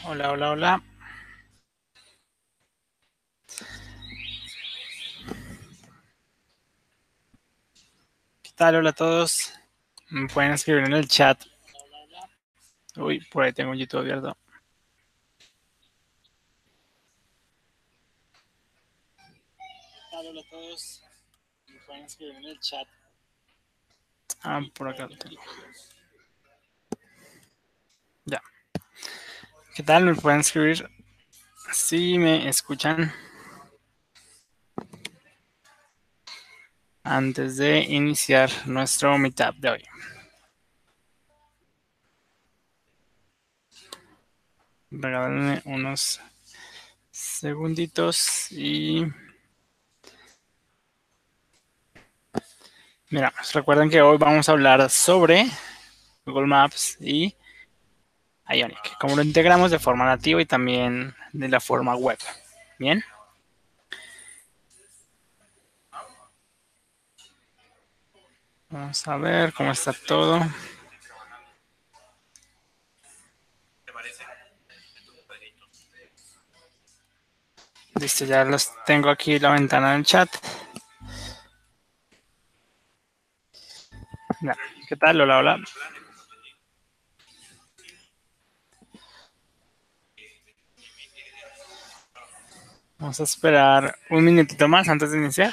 Hola, hola, hola. ¿Qué tal? Hola a todos. Me pueden escribir en el chat. Uy, por ahí tengo YouTube abierto. ¿Qué tal? Hola a todos. Me pueden escribir en el chat. Por acá lo tengo. Ya. ¿Qué tal? Me pueden escribir si me escuchan antes de iniciar nuestro meetup de hoy. Regálenme unos segunditos y miramos. Recuerden que hoy vamos a hablar sobre Google Maps y Ionic, cómo lo integramos de forma nativa y también de la forma web. Bien. Vamos a ver cómo está todo. Listo, ya los tengo aquí la ventana del chat. Ya. ¿Qué tal? Hola, hola. Vamos a esperar un minutito más antes de iniciar.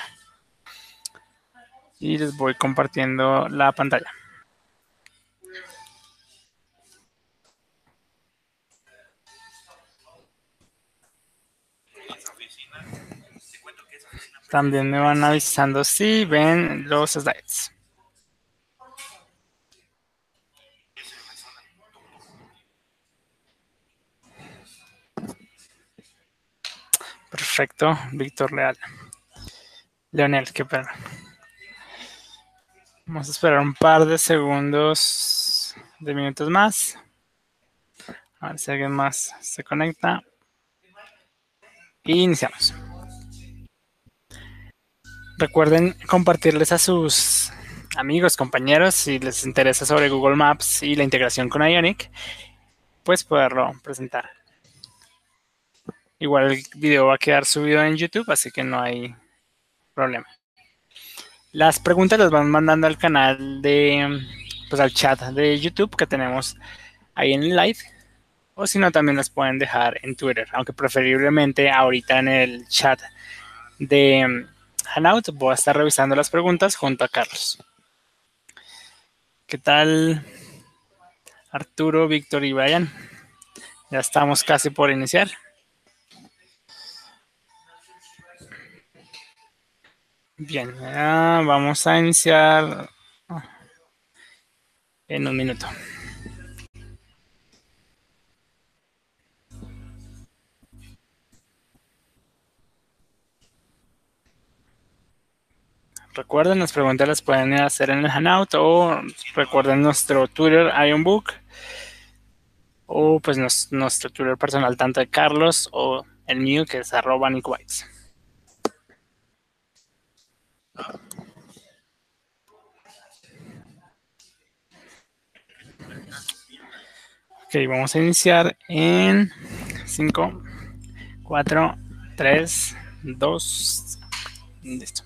Y les voy compartiendo la pantalla. También me van avisando si ven los slides. Perfecto, Víctor Leal. Leonel, qué pena. Vamos a esperar un par de segundos, de minutos más. A ver si alguien más se conecta. Y iniciamos. Recuerden compartirles a sus amigos, compañeros, si les interesa sobre Google Maps y la integración con Ionic, pues poderlo presentar. Igual el video va a quedar subido en YouTube, así que no hay problema. Las preguntas las van mandando al canal pues al chat de YouTube que tenemos ahí en el live, o si no también las pueden dejar en Twitter, aunque preferiblemente ahorita en el chat de Hangout voy a estar revisando las preguntas junto a Carlos. ¿Qué tal, Arturo, Víctor y Brian? Ya estamos casi por iniciar. Bien, vamos a iniciar en un minuto. Recuerden, las preguntas las pueden hacer en el Hangout o recuerden nuestro Twitter, Ionbook, o pues nuestro Twitter personal, tanto de Carlos o el mío, que es @NickWhites. Ok, vamos a iniciar en 5, 4, 3, 2, listo.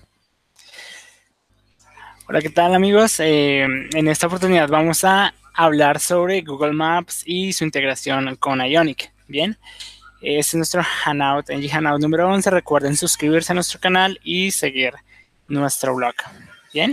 Hola, ¿qué tal amigos? En esta oportunidad vamos a hablar sobre Google Maps y su integración con Ionic. Bien, este es nuestro Hangout, NG Hangout número 11. Recuerden suscribirse a nuestro canal y seguir nuestro blog. Bien.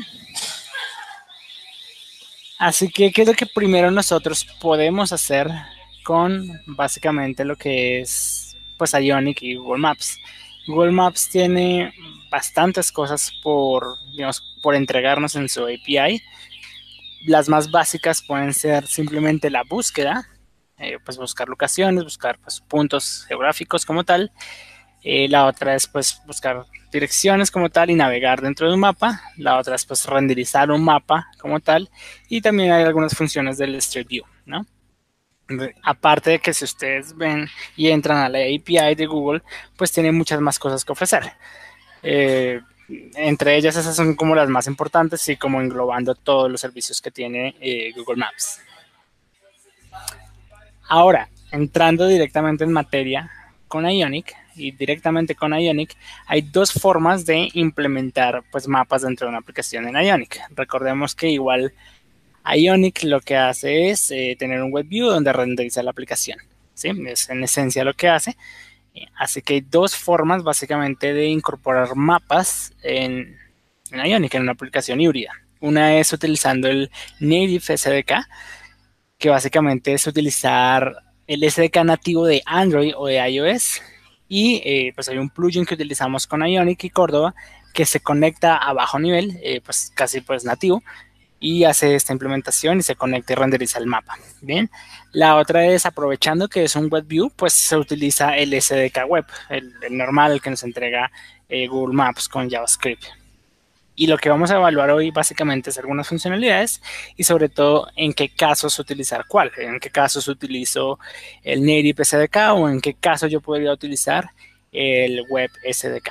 Así que, ¿qué es lo que primero nosotros podemos hacer con básicamente lo que es pues Ionic y Google Maps? Google Maps tiene bastantes cosas digamos, por entregarnos en su API. Las más básicas pueden ser simplemente la búsqueda, pues buscar locaciones, buscar pues, puntos geográficos como tal. La otra es pues buscar direcciones como tal y navegar dentro de un mapa. La otra es pues renderizar un mapa como tal. Y también hay algunas funciones del Street View, ¿no? Aparte de que si ustedes ven y entran a la API de Google, pues tiene muchas más cosas que ofrecer. Eh, Entre ellas esas son como las más importantes y como englobando todos los servicios que tiene Google Maps. Ahora, entrando directamente en materia con Ionic y directamente con Ionic, hay dos formas de implementar pues mapas dentro de una aplicación en Ionic. Recordemos que igual Ionic lo que hace es tener un web view donde renderiza la aplicación, ¿sí? Es en esencia lo que hace. Así que hay dos formas básicamente de incorporar mapas en Ionic, en una aplicación híbrida. Una es utilizando el Native SDK, que básicamente es utilizar el SDK nativo de Android o de iOS. Y pues hay un plugin que utilizamos con Ionic y Cordova que se conecta a bajo nivel, pues casi pues nativo, y hace esta implementación y se conecta y renderiza el mapa. Bien, la otra es aprovechando que es un web view, pues se utiliza el SDK web, el normal, el que nos entrega Google Maps con JavaScript. Y lo que vamos a evaluar hoy básicamente es algunas funcionalidades y sobre todo en qué casos utilizar cuál, en qué casos utilizo el Native SDK o en qué caso yo podría utilizar el Web SDK.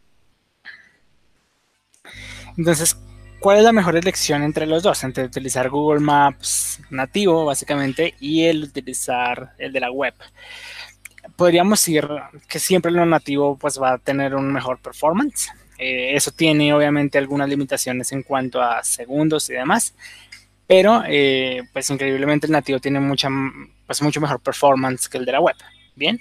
Entonces, ¿cuál es la mejor elección entre los dos? Entre utilizar Google Maps nativo básicamente y el utilizar el de la web. Podríamos decir que siempre lo nativo pues va a tener un mejor performance. Eso tiene obviamente algunas limitaciones en cuanto a segundos y demás, pero pues increíblemente el nativo tiene pues mucho mejor performance que el de la web. Bien.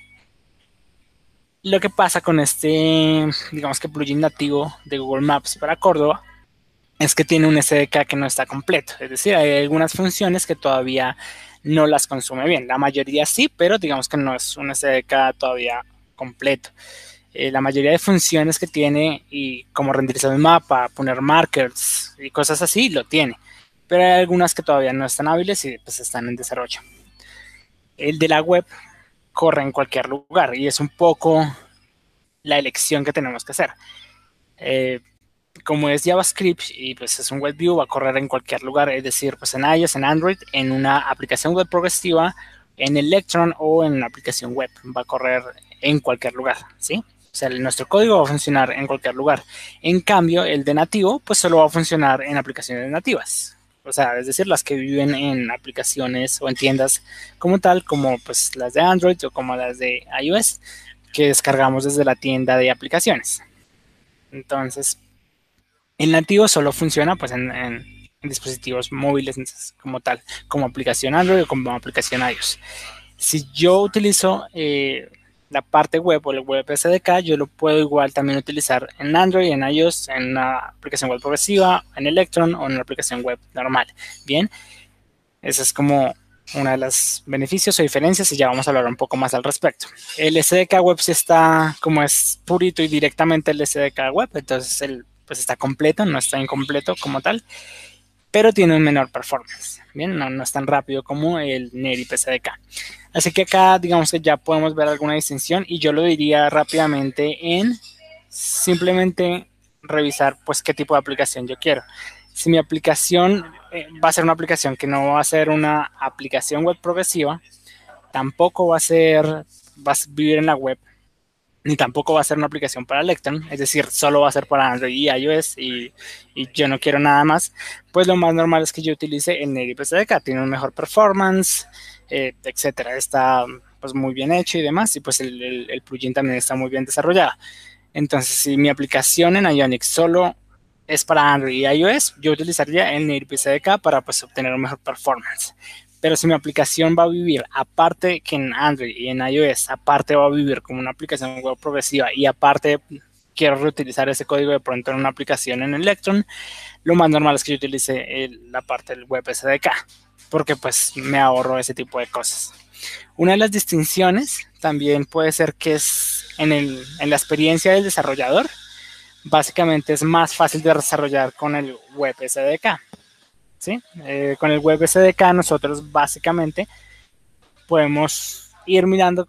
Lo que pasa con este, digamos que plugin nativo de Google Maps para Córdoba es que tiene un SDK que no está completo. Es decir, hay algunas funciones que todavía no las consume bien. La mayoría sí, pero digamos que no es un SDK todavía completo. La mayoría de funciones que tiene y como renderizar el mapa, poner markers y cosas así, lo tiene. Pero hay algunas que todavía no están hábiles y pues están en desarrollo. El de la web corre en cualquier lugar y es un poco la elección que tenemos que hacer. Como es JavaScript y pues es un web view, va a correr en cualquier lugar, es decir, pues en iOS, en Android, en una aplicación web progresiva, en Electron o en una aplicación web, va a correr en cualquier lugar, ¿sí? O sea, nuestro código va a funcionar en cualquier lugar. En cambio, el de nativo, pues solo va a funcionar en aplicaciones nativas. O sea, es decir, las que viven en aplicaciones o en tiendas como tal, como pues las de Android o como las de iOS, que descargamos desde la tienda de aplicaciones. Entonces, el nativo solo funciona pues en dispositivos móviles como tal, como aplicación Android o como aplicación iOS. Si yo utilizo la parte web o el web SDK, yo lo puedo igual también utilizar en Android, en iOS, en una aplicación web progresiva, en Electron o en una aplicación web normal. Bien, esa es como una de las beneficios o diferencias y ya vamos a hablar un poco más al respecto. El SDK web sí está, como es purito y directamente el SDK web, entonces pues está completo, no está incompleto como tal, pero tiene un menor performance. Bien, no es tan rápido como el Native SDK. Así que acá digamos que ya podemos ver alguna distinción y yo lo diría rápidamente en simplemente revisar pues qué tipo de aplicación yo quiero. Si mi aplicación va a ser una aplicación que no va a ser una aplicación web progresiva, tampoco va a vivir en la web, ni tampoco va a ser una aplicación para Electron, es decir, solo va a ser para Android y iOS y yo no quiero nada más, pues lo más normal es que yo utilice el Native SDK, tiene un mejor performance, etcétera, está pues muy bien hecho y demás, y pues el plugin también está muy bien desarrollado. Entonces, si mi aplicación en Ionic solo es para Android y iOS, yo utilizaría el Native SDK para pues obtener un mejor performance. Pero si mi aplicación va a vivir, aparte que en Android y en iOS, aparte va a vivir como una aplicación web progresiva y aparte quiero reutilizar ese código de pronto en una aplicación en Electron, lo más normal es que yo utilice la parte del web SDK, porque pues me ahorro ese tipo de cosas. Una de las distinciones también puede ser que es en la experiencia del desarrollador, básicamente es más fácil de desarrollar con el web SDK. ¿Sí? Con el web SDK nosotros básicamente podemos ir mirando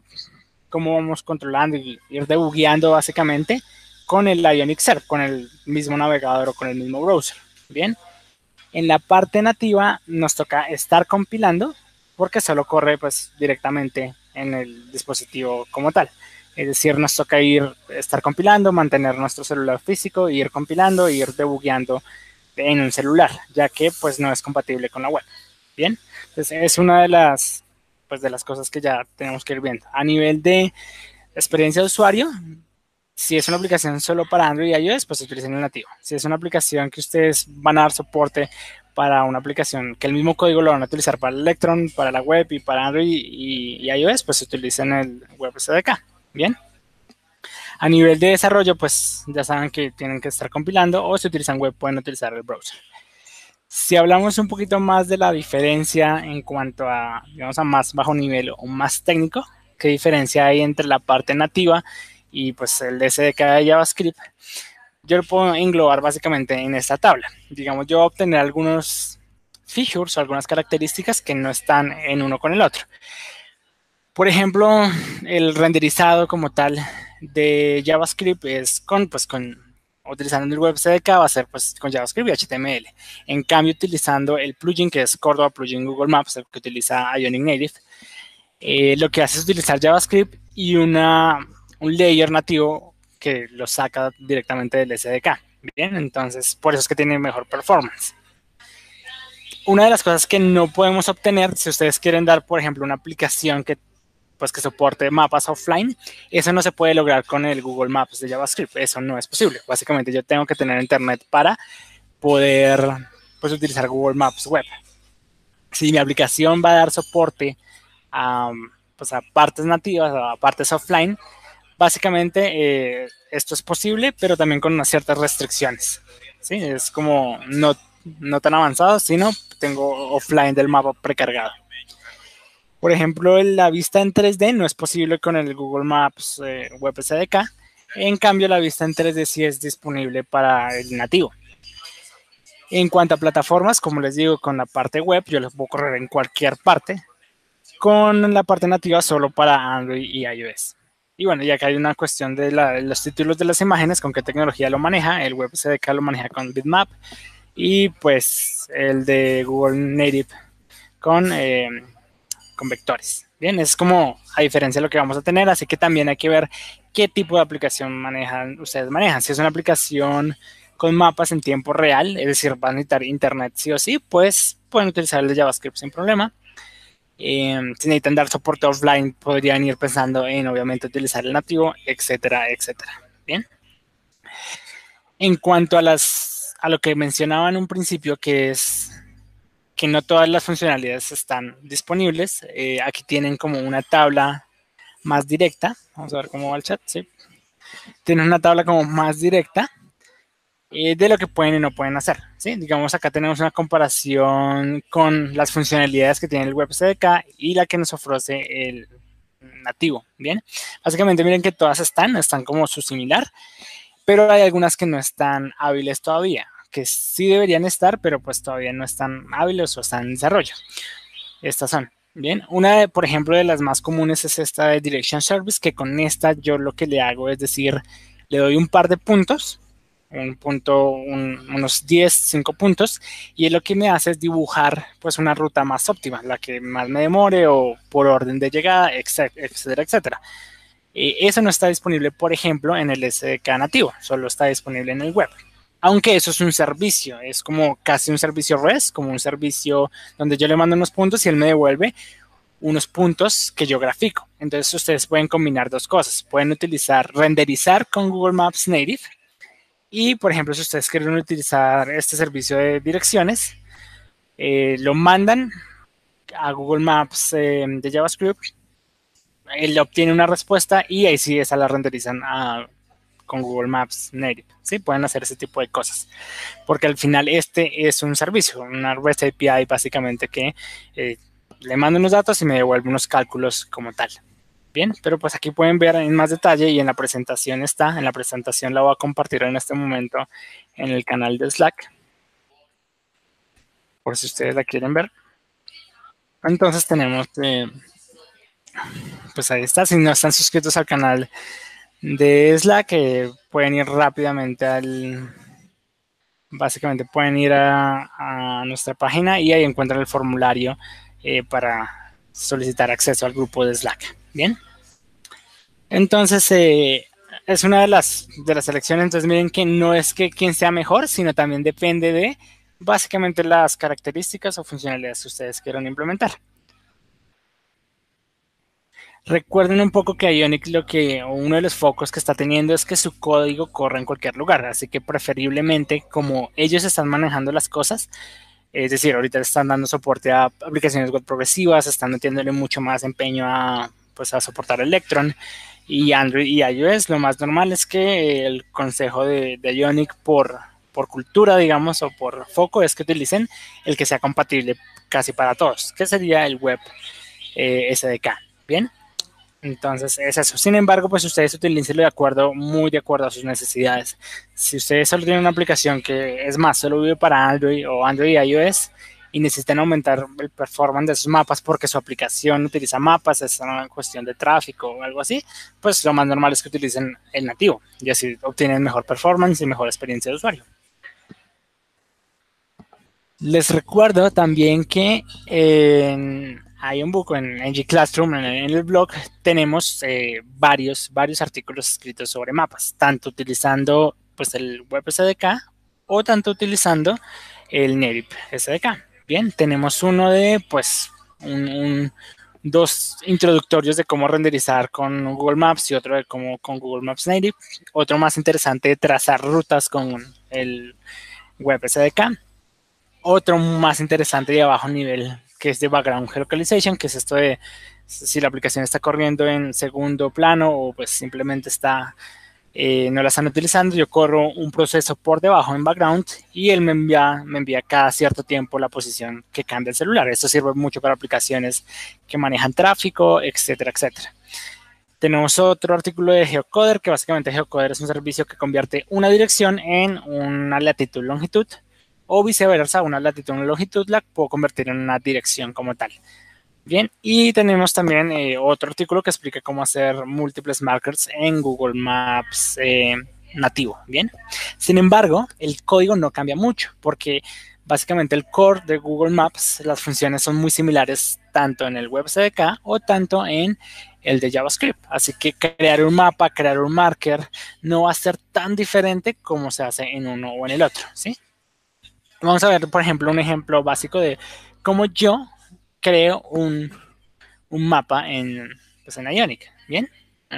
cómo vamos controlando y ir debugueando básicamente con el Ionic Server, con el mismo navegador o con el mismo browser. Bien, en la parte nativa nos toca estar compilando porque solo corre pues directamente en el dispositivo como tal. Es decir, nos toca estar compilando, mantener nuestro celular físico, ir compilando, ir debugueando en un celular, ya que pues no es compatible con la web. Bien, entonces es una de las pues de las cosas que ya tenemos que ir viendo. A nivel de experiencia de usuario, si es una aplicación solo para Android y iOS, pues utilicen el nativo. Si es una aplicación que ustedes van a dar soporte para una aplicación que el mismo código lo van a utilizar para el Electron, para la web y para Android y iOS, pues utilicen el web SDK. Bien. A nivel de desarrollo, pues ya saben que tienen que estar compilando, o si utilizan web pueden utilizar el browser. Si hablamos un poquito más de la diferencia en cuanto a, digamos, a más bajo nivel o más técnico, ¿qué diferencia hay entre la parte nativa y pues el SDK de JavaScript? Yo lo puedo englobar básicamente en esta tabla. Digamos, yo voy a obtener algunos features o algunas características que no están en uno con el otro. Por ejemplo, el renderizado como tal de JavaScript es utilizando el web SDK va a ser pues con JavaScript y HTML. En cambio, utilizando el plugin que es Cordova Plugin Google Maps, el que utiliza Ionic Native, lo que hace es utilizar JavaScript y un layer nativo que lo saca directamente del SDK. Bien, entonces por eso es que tiene mejor performance. Una de las cosas que no podemos obtener, si ustedes quieren dar, por ejemplo, una aplicación que soporte mapas offline, eso no se puede lograr con el Google Maps de JavaScript, eso no es posible. Básicamente yo tengo que tener internet para poder pues utilizar Google Maps Web. Si mi aplicación va a dar soporte a, pues, a partes nativas, a partes offline, básicamente esto es posible, pero también con unas ciertas restricciones. ¿Sí? Es como no tan avanzado, sino tengo offline del mapa precargado. Por ejemplo, la vista en 3D no es posible con el Google Maps Web SDK. En cambio, la vista en 3D sí es disponible para el nativo. En cuanto a plataformas, como les digo, con la parte web, yo los puedo correr en cualquier parte. Con la parte nativa solo para Android y iOS. Y bueno, ya que hay una cuestión de los títulos de las imágenes, con qué tecnología lo maneja, el web SDK lo maneja con Bitmap y pues el de Google Native con vectores. Bien, es como a diferencia de lo que vamos a tener, así que también hay que ver qué tipo de aplicación ustedes manejan. Si es una aplicación con mapas en tiempo real, es decir, van a necesitar internet sí o sí, pues pueden utilizar el de JavaScript sin problema. Si necesitan dar soporte offline, podrían ir pensando en obviamente utilizar el nativo, etcétera, etcétera. Bien. En cuanto a lo que mencionaba en un principio, que es que no todas las funcionalidades están disponibles, aquí tienen como una tabla más directa. Vamos a ver cómo va el chat. Sí. Tienen una tabla como más directa de lo que pueden y no pueden hacer. ¿Sí? Digamos, acá tenemos una comparación con las funcionalidades que tiene el web SDK y la que nos ofrece el nativo. Bien, básicamente miren que todas están como su similar, pero hay algunas que no están hábiles todavía, que sí deberían estar, pero pues todavía no están hábiles o están en desarrollo. Estas son. Bien, una, por ejemplo, de las más comunes es esta de Direction Service, que con esta yo lo que le hago es decir, le doy un par de puntos, unos 10, 5 puntos, y lo que me hace es dibujar pues una ruta más óptima, la que más me demore o por orden de llegada, etcétera, etcétera. Eso no está disponible, por ejemplo, en el SDK nativo, solo está disponible en el web. Aunque eso es un servicio, es como casi un servicio REST, como un servicio donde yo le mando unos puntos y él me devuelve unos puntos que yo grafico. Entonces ustedes pueden combinar dos cosas. Pueden renderizar con Google Maps Native. Y, por ejemplo, si ustedes quieren utilizar este servicio de direcciones, lo mandan a Google Maps de JavaScript, él obtiene una respuesta y ahí sí esa la renderizan con Google Maps Native. ¿Sí? Pueden hacer ese tipo de cosas. Porque al final este es un servicio, una REST API básicamente que le mando unos datos y me devuelve unos cálculos como tal. Bien, pero pues aquí pueden ver en más detalle y en la presentación está. En la presentación la voy a compartir en este momento en el canal de Slack. Por si ustedes la quieren ver. Entonces tenemos, pues ahí está. Si no están suscritos al canal de Slack, pueden ir rápidamente básicamente pueden ir a nuestra página y ahí encuentran el formulario para solicitar acceso al grupo de Slack. Bien. Entonces, es una de las elecciones. Entonces, miren que no es que quien sea mejor, sino también depende de básicamente las características o funcionalidades que ustedes quieran implementar. Recuerden un poco que Ionic uno de los focos que está teniendo es que su código corre en cualquier lugar, así que preferiblemente como ellos están manejando las cosas, es decir, ahorita están dando soporte a aplicaciones web progresivas, están metiéndole mucho más empeño pues, a soportar Electron y Android y iOS. Lo más normal es que el consejo de Ionic por cultura, digamos, o por foco es que utilicen el que sea compatible casi para todos, que sería el web SDK. Bien. Entonces es eso. Sin embargo, pues ustedes utilícenlo muy de acuerdo a sus necesidades. Si ustedes solo tienen una aplicación que es más, solo vive para Android o Android y iOS y necesitan aumentar el performance de sus mapas porque su aplicación utiliza mapas, es una cuestión de tráfico o algo así, pues lo más normal es que utilicen el nativo y así obtienen mejor performance y mejor experiencia de usuario. Les recuerdo también que hay un buco en G Classroom, en el blog, tenemos varios artículos escritos sobre mapas, tanto utilizando pues, el Web SDK o tanto utilizando el Native SDK. Bien, tenemos uno de pues dos introductorios de cómo renderizar con Google Maps y otro de cómo con Google Maps Native, otro más interesante de trazar rutas con el Web SDK, otro más interesante de bajo nivel, que es de Background Geolocalization, que es esto de si la aplicación está corriendo en segundo plano o pues simplemente no la están utilizando, yo corro un proceso por debajo en background y él me envía cada cierto tiempo la posición que cambia el celular. Esto sirve mucho para aplicaciones que manejan tráfico, etcétera, etcétera. Tenemos otro artículo de Geocoder, que básicamente Geocoder es un servicio que convierte una dirección en una latitud-longitud, o viceversa, una latitud y una longitud la puedo convertir en una dirección como tal. Bien, y tenemos también otro artículo que explica cómo hacer múltiples markers en Google Maps nativo. Bien, sin embargo, el código no cambia mucho porque básicamente el core de Google Maps, las funciones son muy similares tanto en el Web SDK o tanto en el de JavaScript. Así que crear un mapa, crear un marker, no va a ser tan diferente como se hace en uno o en el otro, ¿sí? Vamos a ver, por ejemplo, un ejemplo básico de cómo yo creo un mapa pues en Ionic, ¿bien?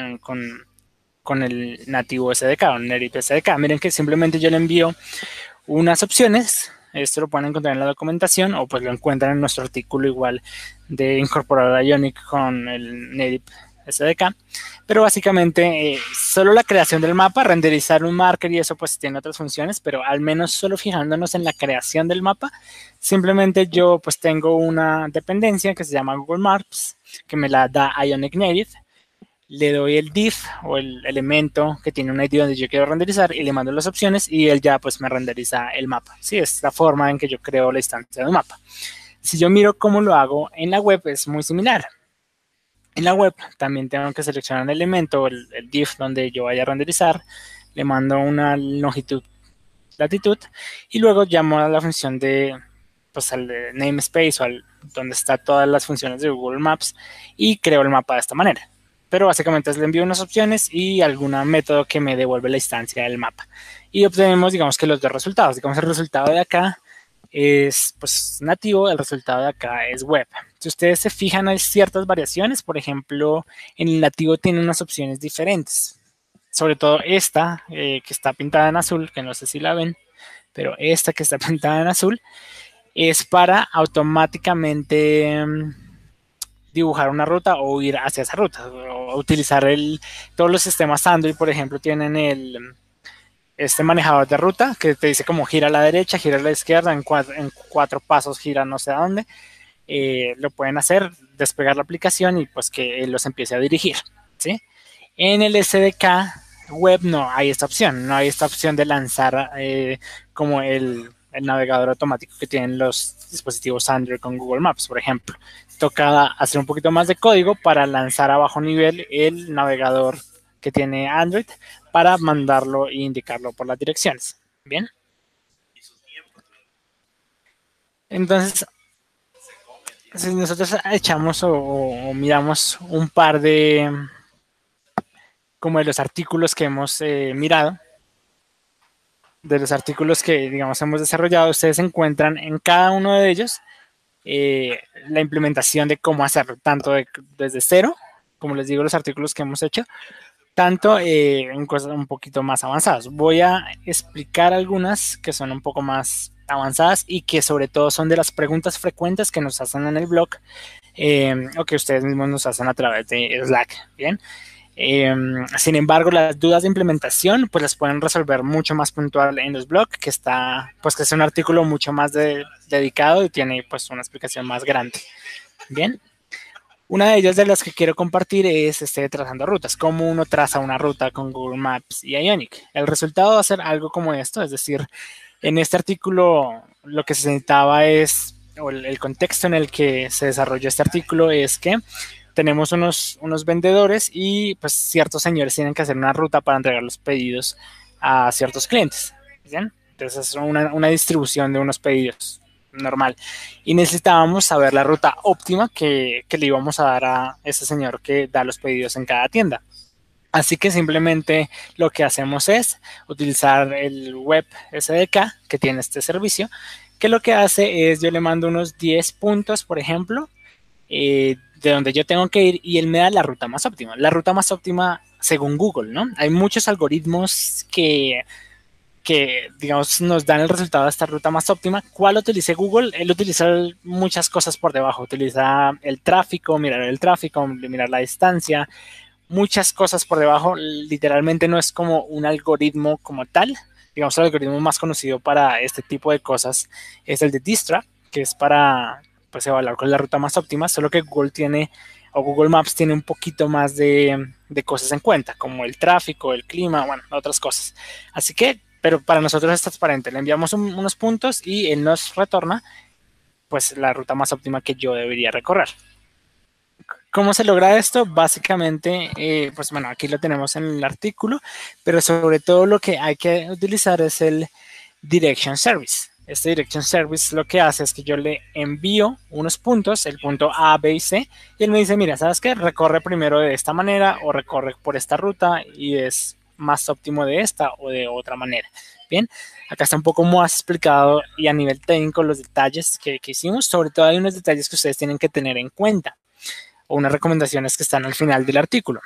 Con el nativo SDK o Native SDK. Miren que simplemente yo le envío unas opciones. Esto lo pueden encontrar en la documentación o pues lo encuentran en nuestro artículo igual de incorporar a Ionic con el Native SDK. Pero básicamente solo la creación del mapa, renderizar un marker y eso pues tiene otras funciones, pero al menos solo fijándonos en la creación del mapa, simplemente yo pues tengo una dependencia que se llama Google Maps, que me la da Ionic Native. Le doy el div o el elemento que tiene un ID donde yo quiero renderizar y le mando las opciones y él ya pues me renderiza el mapa. Sí, es la forma en que yo creo la instancia de un mapa. Si yo miro cómo lo hago en la web es muy similar. En la web también tengo que seleccionar un elemento, el div donde yo vaya a renderizar, le mando una longitud, latitud y luego llamo a la función pues al namespace o donde están todas las funciones de Google Maps y creo el mapa de esta manera. Pero básicamente le envío unas opciones y algún método que me devuelve la instancia del mapa. Y obtenemos, digamos que los dos resultados. Digamos, el resultado de acá es pues nativo, el resultado de acá es web. Si ustedes se fijan, hay ciertas variaciones. Por ejemplo, en el nativo tiene unas opciones diferentes. Sobre todo esta que está pintada en azul, que no sé si la ven, pero esta que está pintada en azul es para automáticamente dibujar una ruta o ir hacia esa ruta, o utilizar todos los sistemas Android, por ejemplo, tienen este manejador de ruta que te dice como gira a la derecha, gira a la izquierda, en cuatro pasos gira no sé a dónde. Lo pueden hacer, despegar la aplicación y pues que los empiece a dirigir, ¿sí? En el SDK web no hay esta opción, no hay esta opción de lanzar como el navegador automático que tienen los dispositivos Android con Google Maps, por ejemplo. Toca hacer un poquito más de código para lanzar a bajo nivel el navegador que tiene Android para mandarlo e indicarlo por las direcciones. Bien. Entonces, si nosotros echamos o miramos un par como de los artículos que hemos mirado, de los artículos que, digamos, hemos desarrollado, ustedes encuentran en cada uno de ellos la implementación de cómo hacerlo, tanto desde cero como les digo, los artículos que hemos hecho, tanto en cosas un poquito más avanzadas. Voy a explicar algunas que son un poco más avanzadas y que sobre todo son de las preguntas frecuentes que nos hacen en el blog o que ustedes mismos nos hacen a través de Slack, ¿bien? Sin embargo, las dudas de implementación pues las pueden resolver mucho más puntual en los blogs, que está, pues que es un artículo mucho más dedicado y tiene pues una explicación más grande. Bien. Una de ellas de las que quiero compartir es trazando rutas, cómo uno traza una ruta con Google Maps y Ionic. El resultado va a ser algo como esto, es decir, en este artículo lo que se necesitaba es, o el contexto en el que se desarrolló este artículo es que tenemos unos vendedores y pues ciertos señores tienen que hacer una ruta para entregar los pedidos a ciertos clientes. ¿Bien? Entonces es una distribución de unos pedidos normal. Y necesitábamos saber la ruta óptima que le íbamos a dar a ese señor que da los pedidos en cada tienda. Así que simplemente lo que hacemos es utilizar el web SDK que tiene este servicio, que lo que hace es yo le mando unos 10 puntos, por ejemplo, de donde yo tengo que ir y él me da la ruta más óptima. La ruta más óptima según Google, ¿no? Hay muchos algoritmos que, digamos, nos dan el resultado de esta ruta más óptima. ¿Cuál utilice Google? Él utiliza muchas cosas por debajo. Utiliza el tráfico, mirar la distancia, muchas cosas por debajo. Literalmente no es como un algoritmo como tal. Digamos, el algoritmo más conocido para este tipo de cosas es el de Dijkstra, que es para pues evaluar cuál es la ruta más óptima, solo que Google tiene, o Google Maps tiene un poquito más de cosas en cuenta, como el tráfico, el clima, bueno, otras cosas. Así que, pero para nosotros es transparente, le enviamos unos puntos y él nos retorna pues la ruta más óptima que yo debería recorrer. ¿Cómo se logra esto? Básicamente, pues bueno, aquí lo tenemos en el artículo, pero sobre todo lo que hay que utilizar es el Direction Service. Este Direction Service lo que hace es que yo le envío unos puntos, el punto A, B y C, y él me dice, mira, ¿sabes qué? Recorre primero de esta manera o recorre por esta ruta y es más óptimo de esta o de otra manera. Bien, acá está un poco más explicado y a nivel técnico los detalles que hicimos. Sobre todo hay unos detalles que ustedes tienen que tener en cuenta o unas recomendaciones que están al final del artículo.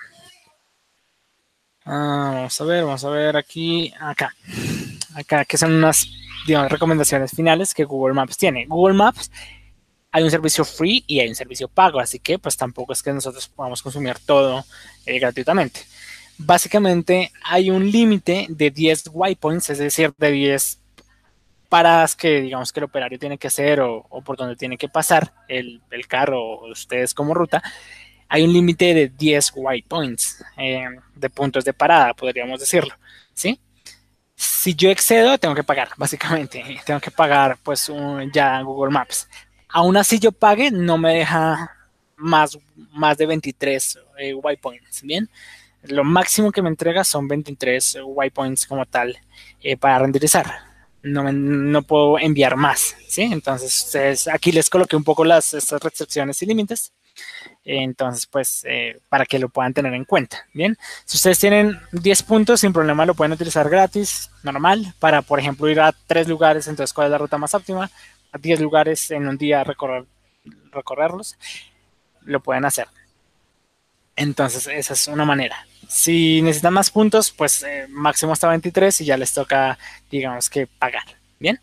Vamos a ver aquí, acá que son unas, digamos, recomendaciones finales que Google Maps tiene. Google Maps, hay un servicio free y hay un servicio pago, así que pues tampoco es que nosotros podamos consumir todo gratuitamente. Básicamente hay un límite de 10 waypoints, es decir, de 10 paradas que digamos que el operario tiene que hacer o por donde tiene que pasar el carro o ustedes como ruta. Hay un límite de 10 waypoints, de puntos de parada, podríamos decirlo, ¿sí? Si yo excedo, tengo que pagar, básicamente. Tengo que pagar, pues, ya Google Maps. Aún así yo pague, no me deja más de 23 waypoints, ¿bien? Lo máximo que me entrega son 23 waypoints como tal para renderizar. No puedo enviar más, ¿sí? Entonces, aquí les coloqué un poco estas restricciones y límites. Entonces, pues, para que lo puedan tener en cuenta. Bien, si ustedes tienen 10 puntos, sin problema lo pueden utilizar gratis, normal, para, por ejemplo, ir a 3 lugares. Entonces, ¿cuál es la ruta más óptima? A 10 lugares en un día recorrerlos, lo pueden hacer. Entonces, esa es una manera. Si necesitan más puntos, pues máximo hasta 23 y ya les toca, digamos que pagar. Bien.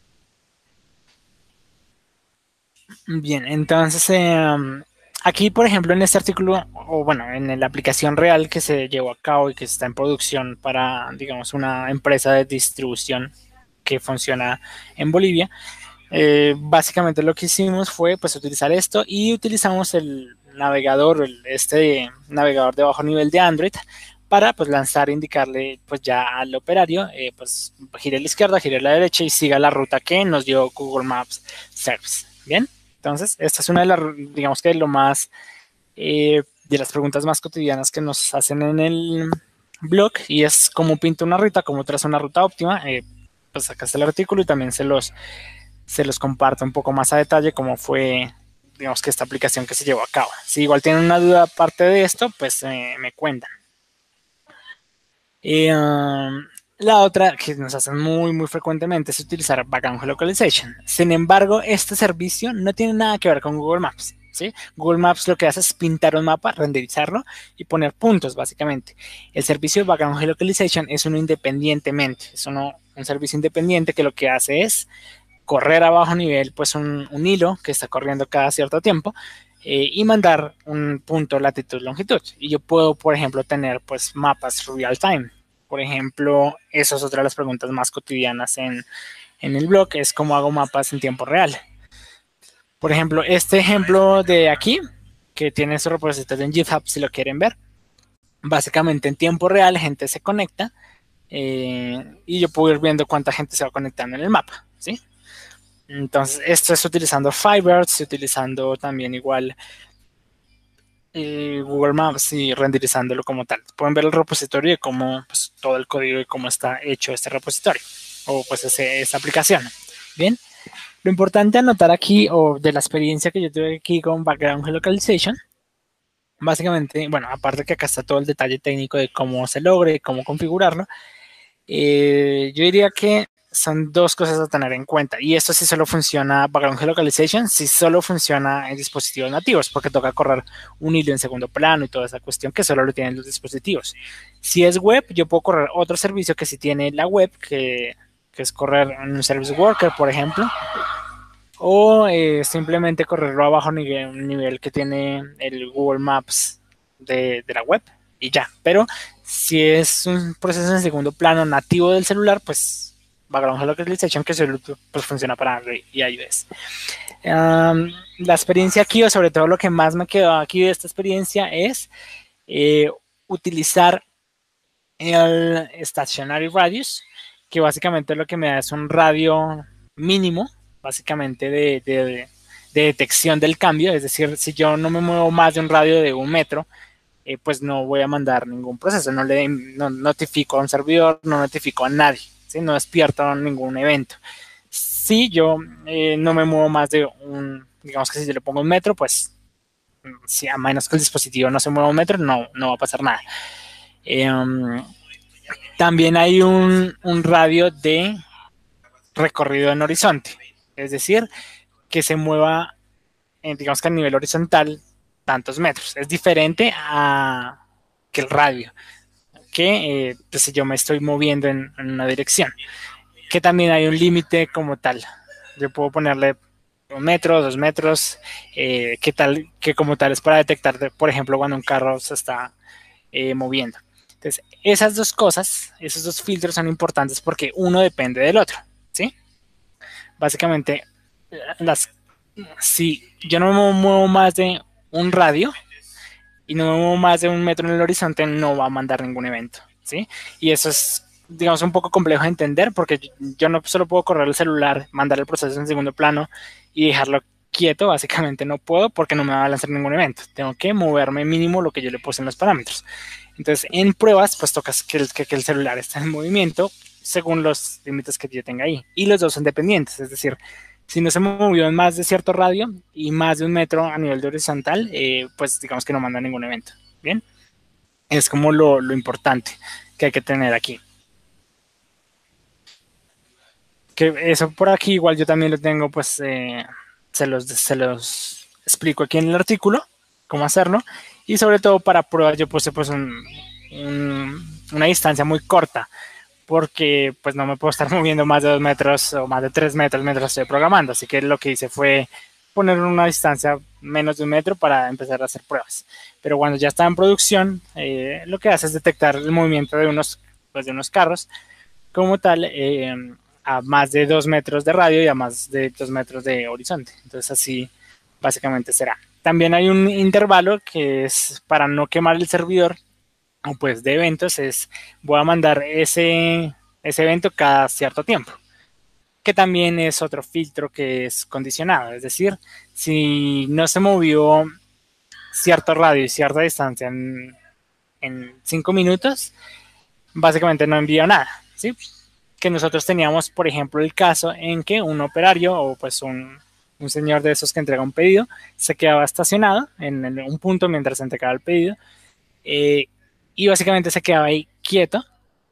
Bien, entonces aquí, por ejemplo, en este artículo, o bueno, en la aplicación real que se llevó a cabo y que está en producción para, digamos, una empresa de distribución que funciona en Bolivia, básicamente lo que hicimos fue pues utilizar esto y utilizamos el navegador, este navegador de bajo nivel de Android para pues lanzar e indicarle pues ya al operario, pues gire a la izquierda, gire a la derecha y siga la ruta que nos dio Google Maps Service. Bien. Entonces, esta es una de las, digamos que lo más, de las preguntas más cotidianas que nos hacen en el blog y es cómo pinta una ruta, cómo traza una ruta óptima. Pues acá está el artículo y también se los comparto un poco más a detalle cómo fue, digamos que esta aplicación que se llevó a cabo. Si igual tienen una duda aparte de esto, pues me cuentan. La otra que nos hacen muy frecuentemente es utilizar Background Geolocalization. Sin embargo, este servicio no tiene nada que ver con Google Maps. ¿sí? Google Maps lo que hace es pintar un mapa, renderizarlo y poner puntos, básicamente. El servicio de Background Geolocalization es uno independientemente, es un servicio independiente que lo que hace es correr a bajo nivel, pues un hilo que está corriendo cada cierto tiempo y mandar un punto latitud, longitud. Y yo puedo, por ejemplo, tener pues mapas real time. Por ejemplo, eso es otra de las preguntas más cotidianas en el blog, es cómo hago mapas en tiempo real. Por ejemplo, este ejemplo de aquí, que tiene su repositorio en GitHub, si lo quieren ver, básicamente en tiempo real gente se conecta y yo puedo ir viendo cuánta gente se va conectando en el mapa, ¿sí? Entonces, esto es utilizando Firebird, utilizando también igual Google Maps y renderizándolo como tal. Pueden ver el repositorio y cómo pues, todo el código y cómo está hecho este repositorio o pues esa aplicación. Bien, lo importante anotar aquí o de la experiencia que yo tuve aquí con Background Geolocalization, básicamente, bueno, aparte que acá está todo el detalle técnico de cómo se logre, cómo configurarlo, yo diría que son dos cosas a tener en cuenta. Y esto sí solo funciona, Background Geolocalization, sí solo funciona en dispositivos nativos, porque toca correr un hilo en segundo plano y toda esa cuestión que solo lo tienen los dispositivos. Si es web, yo puedo correr otro servicio que sí tiene la web, que es correr un Service Worker, por ejemplo, o simplemente correrlo a bajo nivel, un nivel que tiene el Google Maps de la web y ya. Pero si es un proceso en segundo plano nativo del celular, pues Background Geolocalization que solo pues, funciona para Android y iOS. La experiencia aquí, o sobre todo lo que más me quedó aquí de esta experiencia es utilizar el Stationary Radius, que básicamente lo que me da es un radio mínimo, básicamente de detección del cambio, es decir, si yo no me muevo más de un radio de 1 metro, pues no voy a mandar ningún proceso, no notifico a un servidor, no notifico a nadie, ¿sí? No despierto ningún evento. Si yo no me muevo más de digamos que si yo le pongo 1 metro, pues si a menos que el dispositivo no se mueva 1 metro, no va a pasar nada. También hay un radio de recorrido en horizonte, es decir, que se mueva, digamos que a nivel horizontal, tantos metros. Es diferente que el radio, que pues, si yo me estoy moviendo en una dirección, que también hay un límite como tal. Yo puedo ponerle 1 metro, 2 metros, que como tal es para detectar, por ejemplo, cuando un carro se está moviendo. Entonces, esas dos cosas, esos dos filtros son importantes porque uno depende del otro, ¿sí? Básicamente, si yo no me muevo más de un radio y no me muevo más de 1 metro en el horizonte, no va a mandar ningún evento, ¿sí? Y eso es, digamos, un poco complejo de entender porque yo no solo puedo correr el celular, mandar el proceso en segundo plano y dejarlo quieto, básicamente no puedo porque no me va a lanzar ningún evento. Tengo que moverme mínimo lo que yo le puse en los parámetros. Entonces, en pruebas, pues tocas que el celular esté en movimiento según los límites que yo tenga ahí. Y los dos son dependientes, es decir, si no se movió en más de cierto radio y más de 1 metro a nivel de horizontal, pues digamos que no manda ningún evento. Bien, es como lo importante que hay que tener aquí. Que eso por aquí igual yo también lo tengo, pues se los explico aquí en el artículo, cómo hacerlo. Y sobre todo para pruebas yo puse pues una distancia muy corta, porque pues no me puedo estar moviendo más de 2 metros o más de 3 metros mientras estoy programando. Así que lo que hice fue poner una distancia menos de 1 metro para empezar a hacer pruebas. Pero cuando ya está en producción, lo que hace es detectar el movimiento de unos carros como tal a más de 2 metros de radio y a más de 2 metros de horizonte. Entonces así básicamente será. También hay un intervalo que es para no quemar el servidor o pues de eventos, voy a mandar ese evento cada cierto tiempo, que también es otro filtro que es condicionado, es decir, si no se movió cierto radio y cierta distancia en 5 minutos, básicamente no envío nada, ¿sí? Que nosotros teníamos, por ejemplo, el caso en que un operario o pues un señor de esos que entrega un pedido se quedaba estacionado en un punto mientras se entregaba el pedido y básicamente se quedaba ahí quieto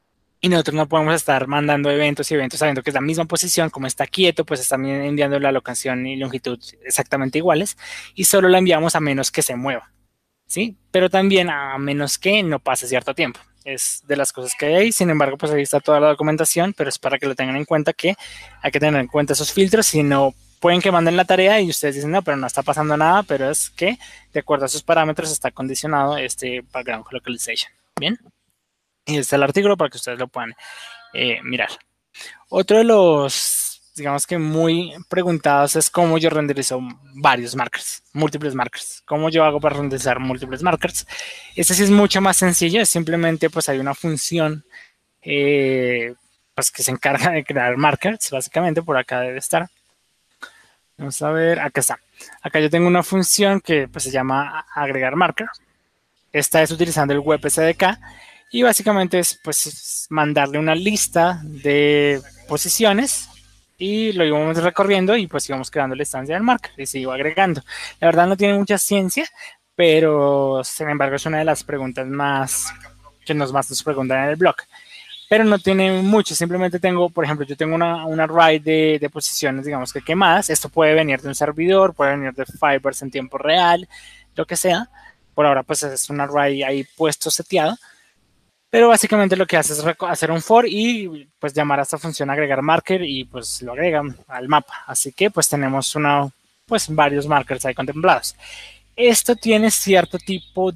y nosotros no podemos estar mandando eventos y eventos sabiendo que es la misma posición, como está quieto, pues están enviando la locación y longitud exactamente iguales y solo la enviamos a menos que se mueva, ¿sí? Pero también a menos que no pase cierto tiempo. Es de las cosas que hay ahí, sin embargo, pues ahí está toda la documentación, pero es para que lo tengan en cuenta que hay que tener en cuenta esos filtros, si no pueden que manden la tarea y ustedes dicen, no, pero no está pasando nada, pero es que de acuerdo a esos parámetros está condicionado este background localization. Bien, y este es el artículo para que ustedes lo puedan mirar. Otro de los, digamos que muy preguntados es cómo yo renderizo varios markers, múltiples markers. ¿Cómo yo hago para renderizar múltiples markers? Este sí es mucho más sencillo, es simplemente pues hay una función pues que se encarga de crear markers, básicamente por acá debe estar. Vamos a ver, acá está. Acá yo tengo una función que pues se llama agregar marker. Esta es utilizando el web SDK y básicamente es pues mandarle una lista de posiciones y lo íbamos recorriendo y pues íbamos creando la instancia del marker y se iba agregando. La verdad no tiene mucha ciencia, pero sin embargo es una de las preguntas más que más nos preguntan en el blog. Pero no tiene mucho, simplemente tengo, por ejemplo, yo tengo una array de posiciones, digamos que quemadas. Esto puede venir de un servidor, puede venir de Fibers en tiempo real, lo que sea. Por ahora, pues es un array ahí puesto, seteado. Pero básicamente lo que hace es hacer un for y pues llamar a esta función agregar marker y pues lo agregan al mapa. Así que pues tenemos pues varios markers ahí contemplados. Esto tiene cierto tipo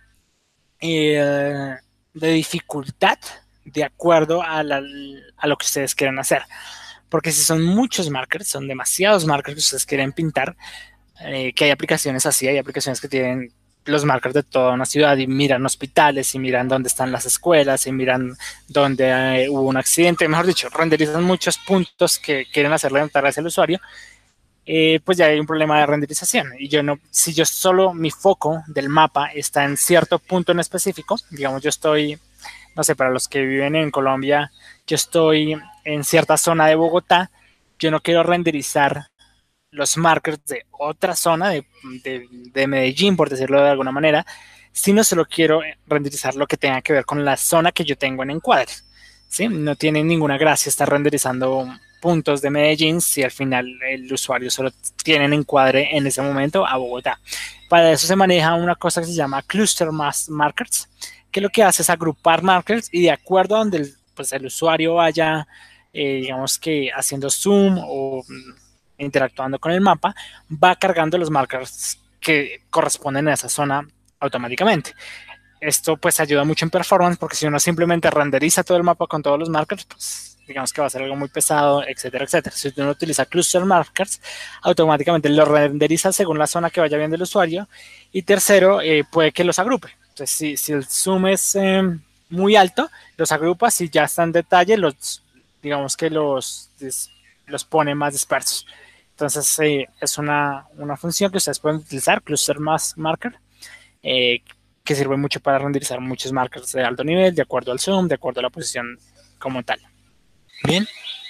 eh, de dificultad de acuerdo a lo que ustedes quieren hacer. Porque si son muchos markers, son demasiados markers que ustedes quieren pintar, que hay aplicaciones así, hay aplicaciones que tienen los markers de toda una ciudad y miran hospitales y miran dónde están las escuelas y miran dónde hubo un accidente, mejor dicho, renderizan muchos puntos que quieren hacerle notar hacia el usuario, pues ya hay un problema de renderización. Y yo no, si yo solo mi foco del mapa está en cierto punto en específico, digamos yo estoy, no sé, para los que viven en Colombia, yo estoy en cierta zona de Bogotá, yo no quiero renderizar los markers de otra zona de Medellín, por decirlo de alguna manera, sino solo quiero renderizar lo que tenga que ver con la zona que yo tengo en encuadre. ¿Sí? No tiene ninguna gracia estar renderizando puntos de Medellín si al final el usuario solo tiene en encuadre en ese momento a Bogotá. Para eso se maneja una cosa que se llama cluster markers, que lo que hace es agrupar markers y de acuerdo a donde pues el usuario vaya, digamos que haciendo zoom o interactuando con el mapa, va cargando los markers que corresponden a esa zona automáticamente. Esto pues ayuda mucho en performance porque si uno simplemente renderiza todo el mapa con todos los markers, pues digamos que va a ser algo muy pesado, etcétera, etcétera. Si uno utiliza cluster markers, automáticamente lo renderiza según la zona que vaya viendo el usuario. Y tercero, puede que los agrupe. Entonces, si el zoom es muy alto, los agrupa. Si ya está en detalle, digamos que los pone más dispersos. Entonces, es una función que ustedes pueden utilizar, cluster marker, eh, que sirve mucho para renderizar muchos markers de alto nivel, de acuerdo al zoom, de acuerdo a la posición como tal. Bien,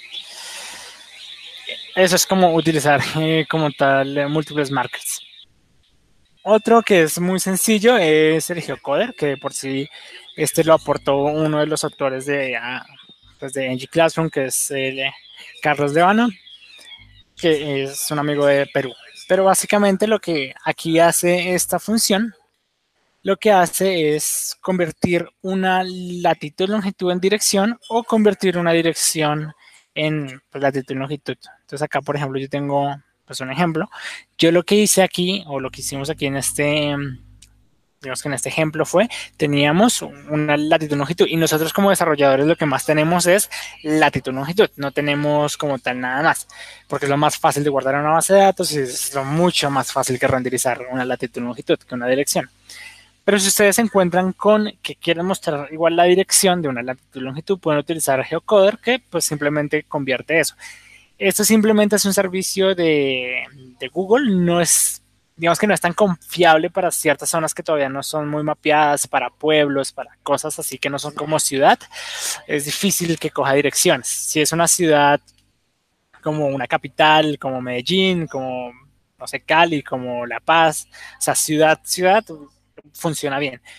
eso es como utilizar como tal múltiples markers. Otro que es muy sencillo es el geocoder, que por sí este lo aportó uno de los autores pues de NG Classroom, que es Carlos Devano, que es un amigo de Perú. Pero básicamente lo que aquí hace esta función, lo que hace es convertir una latitud y longitud en dirección o convertir una dirección en pues, latitud y longitud. Entonces acá, por ejemplo, yo tengo pues un ejemplo. Yo lo que hice aquí, o lo que hicimos aquí en digamos que en este ejemplo teníamos una latitud y longitud y nosotros como desarrolladores lo que más tenemos es latitud y longitud, no tenemos como tal nada más, porque es lo más fácil de guardar en una base de datos y es lo mucho más fácil que renderizar una latitud y longitud que una dirección. Pero si ustedes se encuentran con que quieren mostrar igual la dirección de una latitud y longitud, pueden utilizar GeoCoder que pues simplemente convierte eso. Esto simplemente es un servicio de Google, no es, digamos que no es tan confiable para ciertas zonas que todavía no son muy mapeadas, para pueblos, para cosas así que no son como ciudad. Es difícil que coja direcciones. Si es una ciudad como una capital, como Medellín, como, no sé, Cali, como La Paz, o sea, ciudad, funciona bien.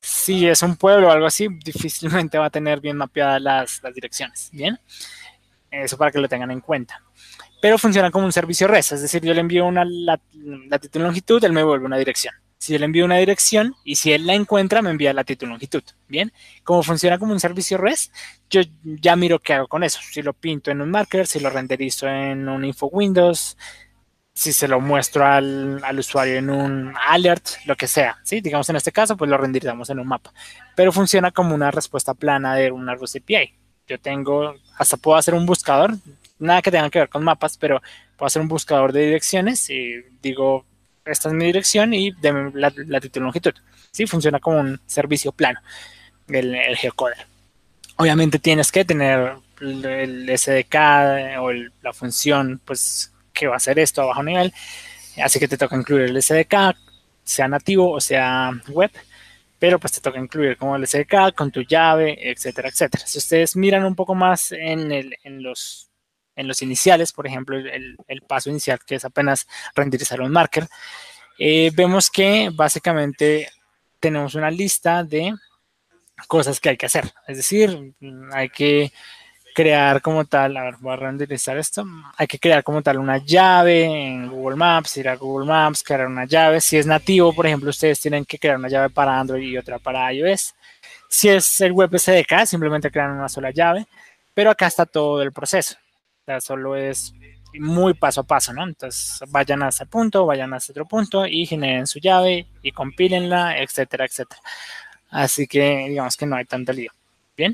Si es un pueblo o algo así, difícilmente va a tener bien mapeadas las direcciones. Bien, eso para que lo tengan en cuenta. Pero funciona como un servicio REST, es decir, yo le envío una latitud y longitud, él me vuelve una dirección. Si yo le envío una dirección y si él la encuentra, me envía latitud y longitud. Bien, como funciona como un servicio REST, yo ya miro qué hago con eso. Si lo pinto en un marker, si lo renderizo en un info Windows, si se lo muestro al usuario en un alert, lo que sea, ¿sí? Digamos en este caso, pues lo renderizamos en un mapa. Pero funciona como una respuesta plana de una REST API. Yo tengo, hasta puedo hacer un buscador, nada que tenga que ver con mapas, pero puedo hacer un buscador de direcciones y digo, esta es mi dirección y de la latitud y longitud. Sí, funciona como un servicio plano, el geocoder. Obviamente tienes que tener el SDK o la función, pues, que va a hacer esto a bajo nivel, así que te toca incluir el SDK, sea nativo o sea web, pero pues te toca incluir como el SDK con tu llave, etcétera, etcétera. Si ustedes miran un poco más en los iniciales, por ejemplo, el paso inicial que es apenas renderizar un marker, vemos que básicamente tenemos una lista de cosas que hay que hacer. Es decir, hay que crear como tal, a ver, voy a renderizar esto, hay que crear como tal una llave en Google Maps, ir a Google Maps, crear una llave. Si es nativo, por ejemplo, ustedes tienen que crear una llave para Android y otra para iOS. Si es el web SDK, simplemente crean una sola llave, pero acá está todo el proceso. O sea, solo es muy paso a paso, ¿no? Entonces vayan a ese punto, vayan a ese otro punto y generen su llave y compílenla, etcétera, etcétera. Así que digamos que no hay tanto lío. Bien.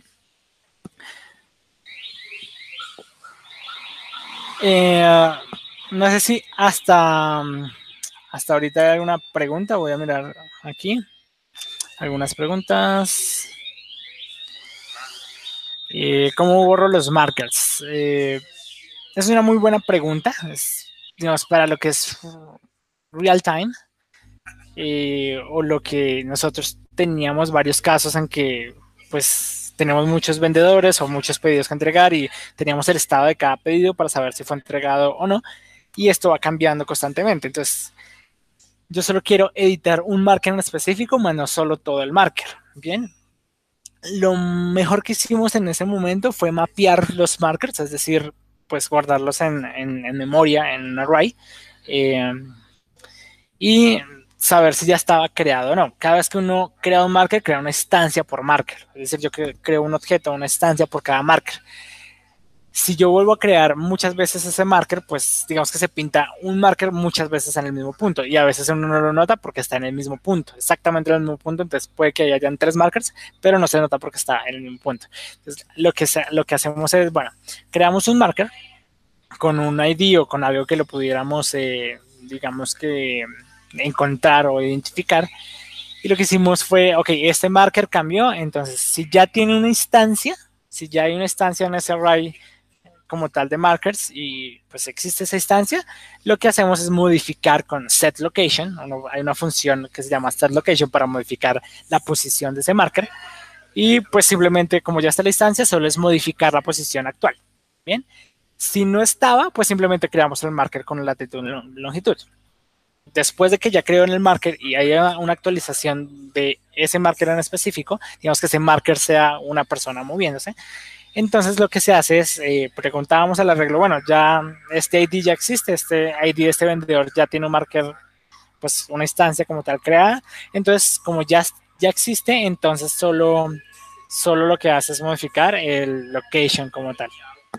Eh, no sé si hasta ahorita hay alguna pregunta. Voy a mirar aquí. Algunas preguntas. ¿Cómo borro los markers? Es una muy buena pregunta. Digamos, para lo que es real time. O lo que nosotros teníamos varios casos en que pues tenemos muchos vendedores o muchos pedidos que entregar y teníamos el estado de cada pedido para saber si fue entregado o no, y esto va cambiando constantemente. Entonces yo solo quiero editar un marker en específico, más no solo todo el marker. Bien, lo mejor que hicimos en ese momento fue mapear los markers, es decir, pues guardarlos en memoria, en un array, eh, y saber si ya estaba creado o no. Cada vez que uno crea un marker, crea una instancia por marker. Es decir, yo creo un objeto, una instancia por cada marker. Si yo vuelvo a crear muchas veces ese marker, pues digamos que se pinta un marker muchas veces en el mismo punto y a veces uno no lo nota porque está en el mismo punto, exactamente en el mismo punto. Entonces puede que hayan tres markers, pero no se nota porque está en el mismo punto. Entonces lo que hacemos es, bueno, creamos un marker con un ID o con algo que lo pudiéramos, digamos que encontrar o identificar. Y lo que hicimos fue, ok, este marker cambió, entonces si ya tiene una instancia, si ya hay una instancia en ese array como tal de markers y pues existe esa instancia, lo que hacemos es modificar con setLocation. Hay una función que se llama setLocation para modificar la posición de ese marker y pues simplemente como ya está la instancia, solo es modificar la posición actual. Bien, si no estaba, pues simplemente creamos el marker con latitud y longitud. Después de que ya creo en el marker y haya una actualización de ese marker en específico, digamos que ese marker sea una persona moviéndose, entonces lo que se hace es, preguntábamos al arreglo, bueno, ya este ID ya existe, este ID de este vendedor ya tiene un marker, pues una instancia como tal creada, entonces como ya existe, entonces solo lo que hace es modificar el location como tal.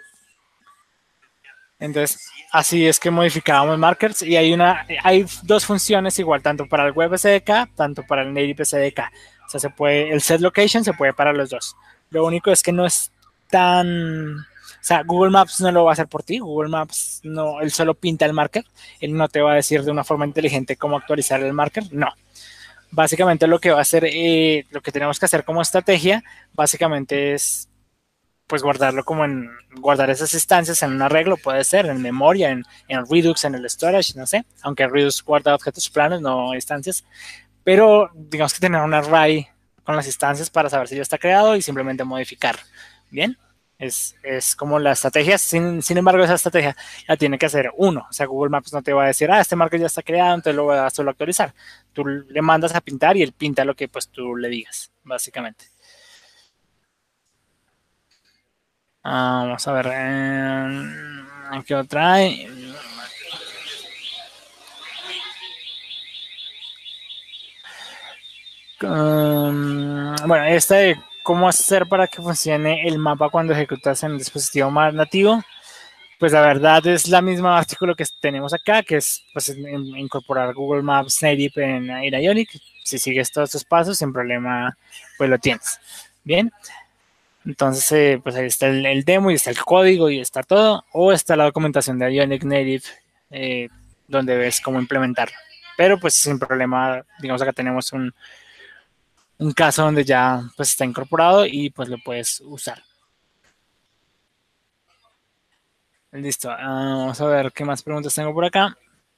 Entonces, así es que modificábamos markers y hay dos funciones igual, tanto para el web SDK, tanto para el native SDK. O sea, el set location se puede para los dos. Lo único es que no es tan, o sea, Google Maps no lo va a hacer por ti. Google Maps no, él solo pinta el marker. Él no te va a decir de una forma inteligente cómo actualizar el marker. No. Básicamente lo que va a hacer, lo que tenemos que hacer como estrategia, básicamente es pues guardarlo como guardar esas instancias en un arreglo, puede ser en memoria, en Redux, en el storage, no sé, aunque Redux guarda objetos planos, no instancias, pero digamos que tener un array con las instancias para saber si ya está creado y simplemente modificar. Bien. Es como la estrategia, sin embargo, esa estrategia la tiene que hacer uno. O sea, Google Maps no te va a decir, este marker ya está creado, entonces lo voy a solo actualizar. Tú le mandas a pintar y él pinta lo que pues tú le digas, básicamente. Vamos a ver, ¿qué otra hay? Bueno, esta de cómo hacer para que funcione el mapa cuando ejecutas en el dispositivo más nativo. Pues la verdad es la misma artículo que tenemos acá, que es pues, incorporar Google Maps Native en Ionic. Si sigues todos estos pasos, sin problema, pues lo tienes. Bien, entonces pues ahí está el demo y está el código y está todo. O está la documentación de Ionic Native, eh, donde ves cómo implementarlo. Pero pues sin problema, digamos acá tenemos un caso donde ya pues está incorporado y pues lo puedes usar. Listo, vamos a ver qué más preguntas tengo por acá.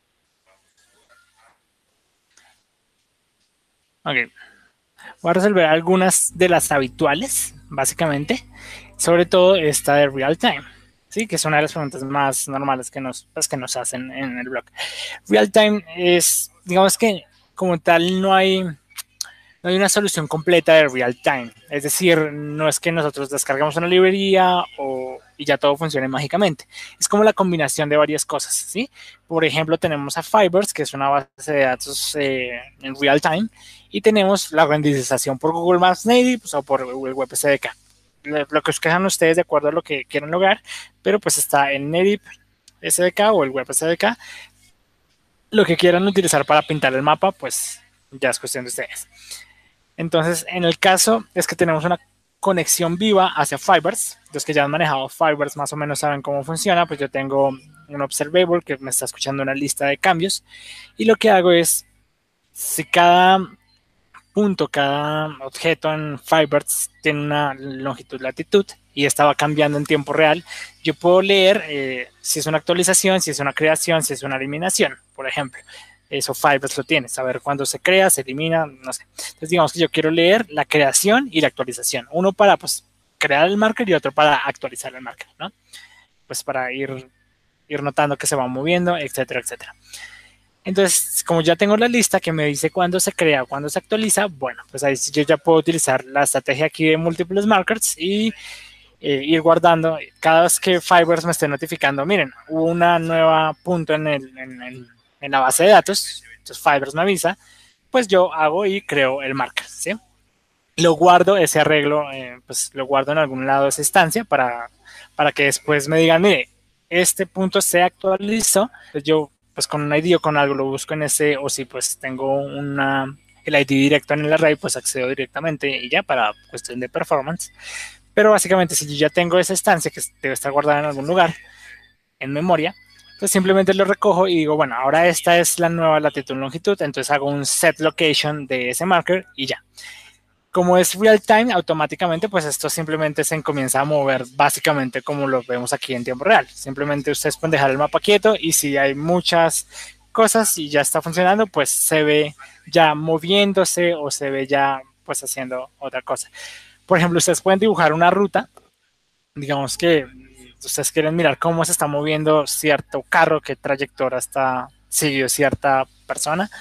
Ok, voy a resolver algunas de las habituales, básicamente, sobre todo esta de real time, ¿sí? Que es una de las preguntas más normales que nos hacen en el blog. Real time es, digamos que como tal no hay una solución completa de real time. Es decir, no es que nosotros descargamos una librería y ya todo funcione mágicamente. Es como la combinación de varias cosas, ¿sí? Por ejemplo, tenemos a Fibers, que es una base de datos en real time, y tenemos la renderización por Google Maps Native pues, o por Google Web SDK. Lo que escojan ustedes de acuerdo a lo que quieran lograr, pero pues está el Native SDK o el Web SDK. Lo que quieran utilizar para pintar el mapa, pues ya es cuestión de ustedes. Entonces, en el caso es que tenemos una conexión viva hacia Fibers. Los que ya han manejado Fibers más o menos saben cómo funciona. Pues yo tengo un observable que me está escuchando una lista de cambios. Y lo que hago es, si cada punto, cada objeto en Fibers tiene una longitud, latitud, y esta va cambiando en tiempo real, yo puedo leer si es una actualización, si es una creación, si es una eliminación, por ejemplo. Eso Firebase lo tiene, saber cuándo se crea, se elimina, no sé. Entonces digamos que yo quiero leer la creación y la actualización. Uno para pues crear el marker y otro para actualizar el marker, ¿no? Pues para ir notando que se va moviendo, etcétera, etcétera. Entonces, como ya tengo la lista que me dice cuándo se crea, cuándo se actualiza, bueno, pues ahí yo ya puedo utilizar la estrategia aquí de múltiples markers y ir guardando cada vez que Fibers me esté notificando, miren, hubo una nueva punto en la base de datos, entonces Fibers me avisa, pues yo hago y creo el marker, ¿sí? Lo guardo, ese arreglo, pues lo guardo en algún lado de esa instancia para que después me digan, mire, este punto se actualizó, pues yo pues con un ID o con algo lo busco en ese, o si pues tengo el ID directo en el array, pues accedo directamente y ya para cuestión de performance. Pero básicamente si yo ya tengo esa instancia que debe estar guardada en algún lugar, en memoria, pues simplemente lo recojo y digo, bueno, ahora esta es la nueva latitud y longitud, entonces hago un set location de ese marker y ya. Como es real time, automáticamente pues esto simplemente se comienza a mover básicamente como lo vemos aquí en tiempo real. Simplemente ustedes pueden dejar el mapa quieto y si hay muchas cosas y ya está funcionando, pues se ve ya moviéndose o se ve ya pues haciendo otra cosa. Por ejemplo, ustedes pueden dibujar una ruta, digamos que ustedes quieren mirar cómo se está moviendo cierto carro, qué trayectoria está siguió cierta persona,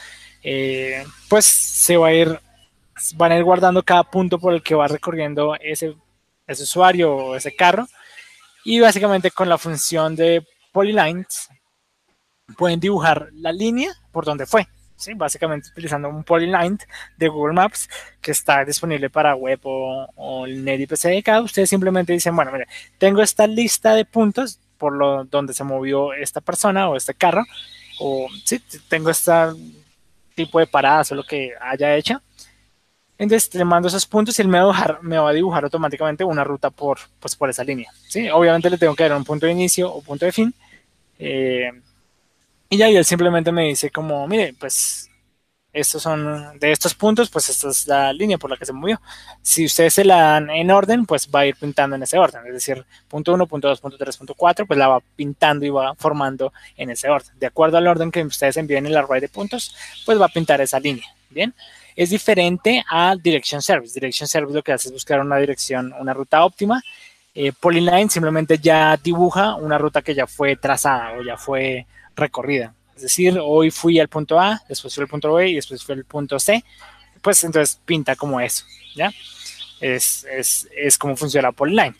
pues se va a ir van a ir guardando cada punto por el que va recorriendo ese usuario o ese carro. Y básicamente con la función de polylines pueden dibujar la línea por donde fue. ¿Sí? Básicamente utilizando un polyline de Google Maps que está disponible para web o el Native SDK. Ustedes simplemente dicen, bueno, mire, tengo esta lista de puntos donde se movió esta persona o este carro, o sí, tengo este tipo de paradas o lo que haya hecho. Entonces le mando esos puntos y él me va a dibujar automáticamente una ruta pues, por esa línea. ¿Sí? Obviamente le tengo que dar un punto de inicio o punto de fin. Eh, y ya y él simplemente me dice como, mire, pues estos son de estos puntos, pues esta es la línea por la que se movió. Si ustedes se la dan en orden, pues va a ir pintando en ese orden. Es decir, punto 1, punto 2, punto 3, punto 4, pues la va pintando y va formando en ese orden. De acuerdo al orden que ustedes envíen el array de puntos, pues va a pintar esa línea. Bien. Es diferente a Direction Service. Direction Service lo que hace es buscar una dirección, una ruta óptima Polyline simplemente ya dibuja una ruta que ya fue trazada o ya fue recorrida. Es decir, hoy fui al punto A, después fui al punto B y después fui al punto C. Pues entonces pinta como eso, ¿ya? Es como funciona Polyline.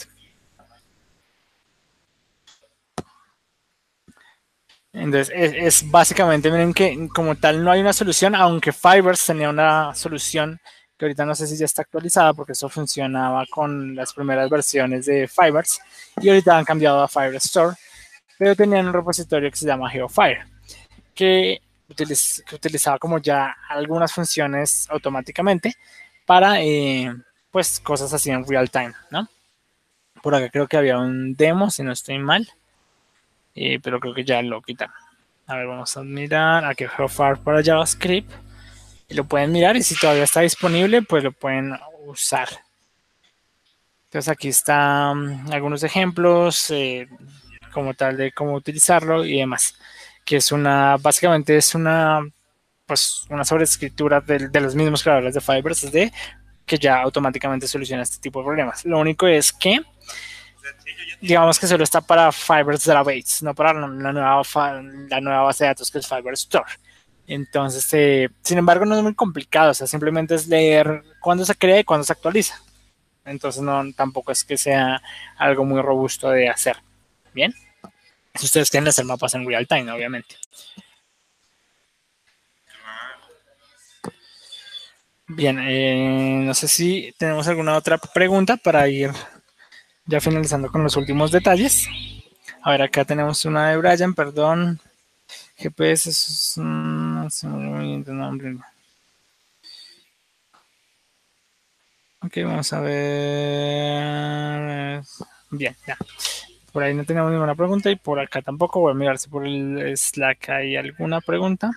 Entonces, es básicamente, miren que como tal no hay una solución, aunque Fibers tenía una solución que ahorita no sé si ya está actualizada porque eso funcionaba con las primeras versiones de Fibers y ahorita han cambiado a Fiverr Store, pero tenían un repositorio que se llama GeoFire, que, que utilizaba como ya algunas funciones automáticamente para pues cosas así en real time, ¿no? Por acá creo que había un demo, si no estoy mal, pero creo que ya lo quitaron. A ver, vamos a mirar aquí GeoFire para JavaScript y lo pueden mirar y si todavía está disponible, pues lo pueden usar. Entonces aquí están algunos ejemplos como tal de cómo utilizarlo y demás, que es básicamente es pues una sobreescritura de los mismos creadores de Fibers de que ya automáticamente soluciona este tipo de problemas. Lo único es que digamos que solo está para Fibers Database, no para la nueva base de datos que es Fiber Store. Entonces, sin embargo, no es muy complicado, o sea, simplemente es leer cuándo se crea y cuándo se actualiza. Entonces, no, tampoco es que sea algo muy robusto de hacer. Bien, si ustedes quieren hacer mapas en real time, obviamente. Bien, no sé si tenemos alguna otra pregunta para ir ya finalizando con los últimos detalles. A ver, acá tenemos una de Brian, perdón. GPS es nombre. Ok, vamos a ver. Bien, ya. Por ahí no tenemos ninguna pregunta y por acá tampoco. Voy a mirar si por el Slack hay alguna pregunta.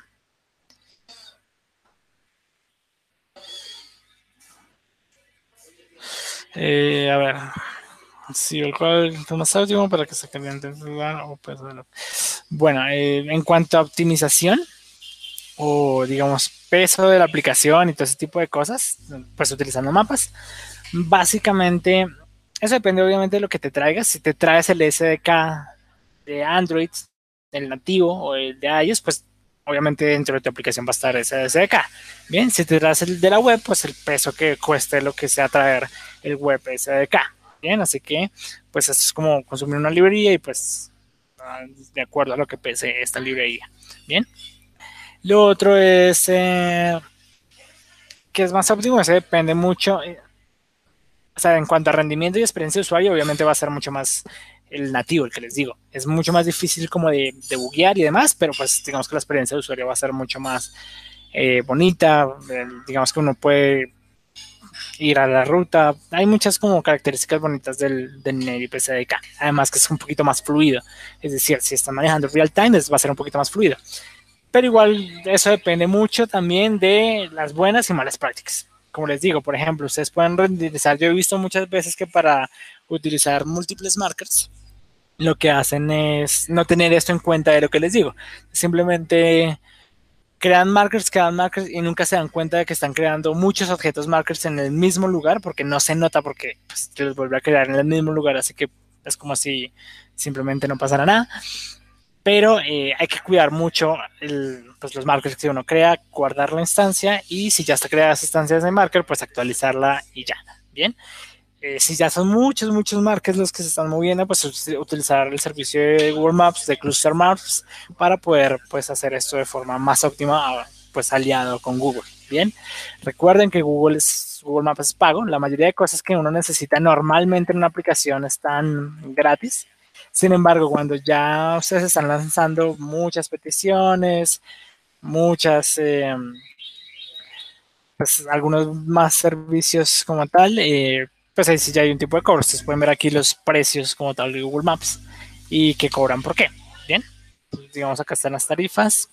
A ver. Sí, el cual más último para que se caliente el lugar. Bueno, en cuanto a optimización o digamos peso de la aplicación y todo ese tipo de cosas, pues utilizando mapas, básicamente eso depende obviamente de lo que te traigas. Si te traes el SDK de Android, el nativo o el de iOS, pues obviamente dentro de tu aplicación va a estar ese SDK. Bien, si te traes el de la web, pues el peso que cueste lo que sea traer el web SDK. Bien, así que pues esto es como consumir una librería y pues de acuerdo a lo que pese esta librería. Bien. Lo otro es que es más óptimo, eso depende mucho. O sea, en cuanto a rendimiento y experiencia de usuario, obviamente va a ser mucho más el nativo, el que les digo. Es mucho más difícil como de buguear y demás, pero pues digamos que la experiencia de usuario va a ser mucho más bonita. Digamos que uno puede ir a la ruta. Hay muchas como características bonitas del Native SDK. Además que es un poquito más fluido. Es decir, si están manejando real time, va a ser un poquito más fluido. Pero igual eso depende mucho también de las buenas y malas prácticas. Como les digo, por ejemplo, ustedes pueden renderizar. Yo he visto muchas veces que para utilizar múltiples markers, lo que hacen es no tener esto en cuenta de lo que les digo. Simplemente crean markers y nunca se dan cuenta de que están creando muchos objetos markers en el mismo lugar porque no se nota porque pues, los vuelve a crear en el mismo lugar. Así que es como si simplemente no pasara nada. Pero hay que cuidar mucho pues los markers que uno crea, guardar la instancia y si ya está creada esa instancia de marker, pues actualizarla y ya. Bien. Si ya son muchos markers los que se están moviendo, pues utilizar el servicio de Google Maps, de Cluster Maps, para poder pues hacer esto de forma más óptima, pues aliado con Google. Bien. Recuerden que Google Maps es pago. La mayoría de cosas que uno necesita normalmente en una aplicación están gratis. Sin embargo, cuando ya ustedes están lanzando muchas peticiones, muchas, pues algunos más servicios como tal, pues ahí sí ya hay un tipo de cobro. Ustedes pueden ver aquí los precios como tal de Google Maps y que cobran por qué. Bien, pues, digamos acá están las tarifas.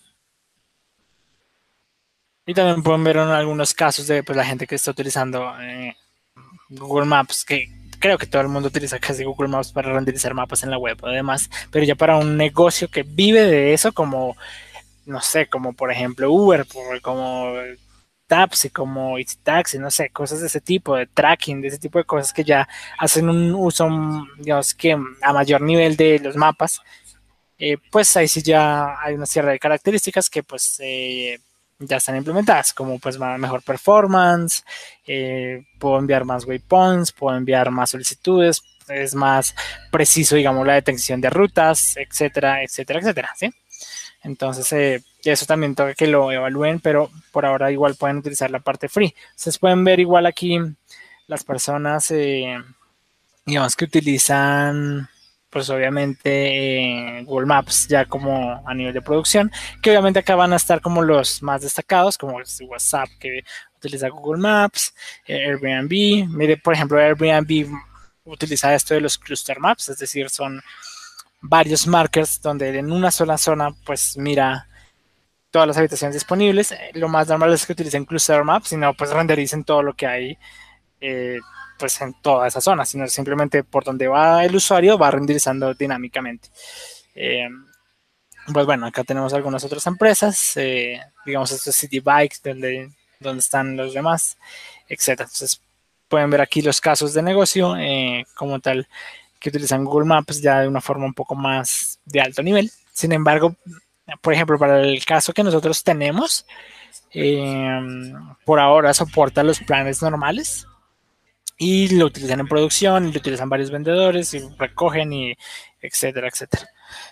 Y también pueden ver algunos casos de pues, la gente que está utilizando Google Maps, que creo que todo el mundo utiliza casi Google Maps para renderizar mapas en la web, además, pero ya para un negocio que vive de eso, como, no sé, como por ejemplo Uber, como Tapsi, como Easy Taxi, no sé, cosas de ese tipo, de tracking, de ese tipo de cosas que ya hacen un uso, digamos que a mayor nivel de los mapas. Pues ahí sí ya hay una serie de características que pues ya están implementadas, como pues mejor performance, puedo enviar más waypoints, puedo enviar más solicitudes, es más preciso, digamos, la detección de rutas, etcétera, etcétera, etcétera, ¿sí? Entonces, eso también toca que lo evalúen, pero por ahora igual pueden utilizar la parte free. Ustedes pueden ver igual aquí las personas, digamos, que utilizan, pues obviamente, Google Maps ya como a nivel de producción, que obviamente acá van a estar como los más destacados, como WhatsApp, que utiliza Google Maps, Airbnb. Mire, por ejemplo, Airbnb utiliza esto de los cluster maps, es decir, son varios markers donde en una sola zona pues mira todas las habitaciones disponibles. Lo más normal es que utilicen cluster maps, sino pues rendericen todo lo que hay eh, pues en toda esa zona, sino simplemente por donde va el usuario va renderizando dinámicamente. Eh, pues bueno, acá tenemos algunas otras empresas, digamos estos City Bikes, donde están los demás, etcétera. Entonces pueden ver aquí los casos de negocio como tal que utilizan Google Maps ya de una forma un poco más de alto nivel. Sin embargo, por ejemplo, para el caso que nosotros tenemos, eh, por ahora soporta los planes normales y lo utilizan en producción y lo utilizan varios vendedores y recogen y etcétera, etcétera.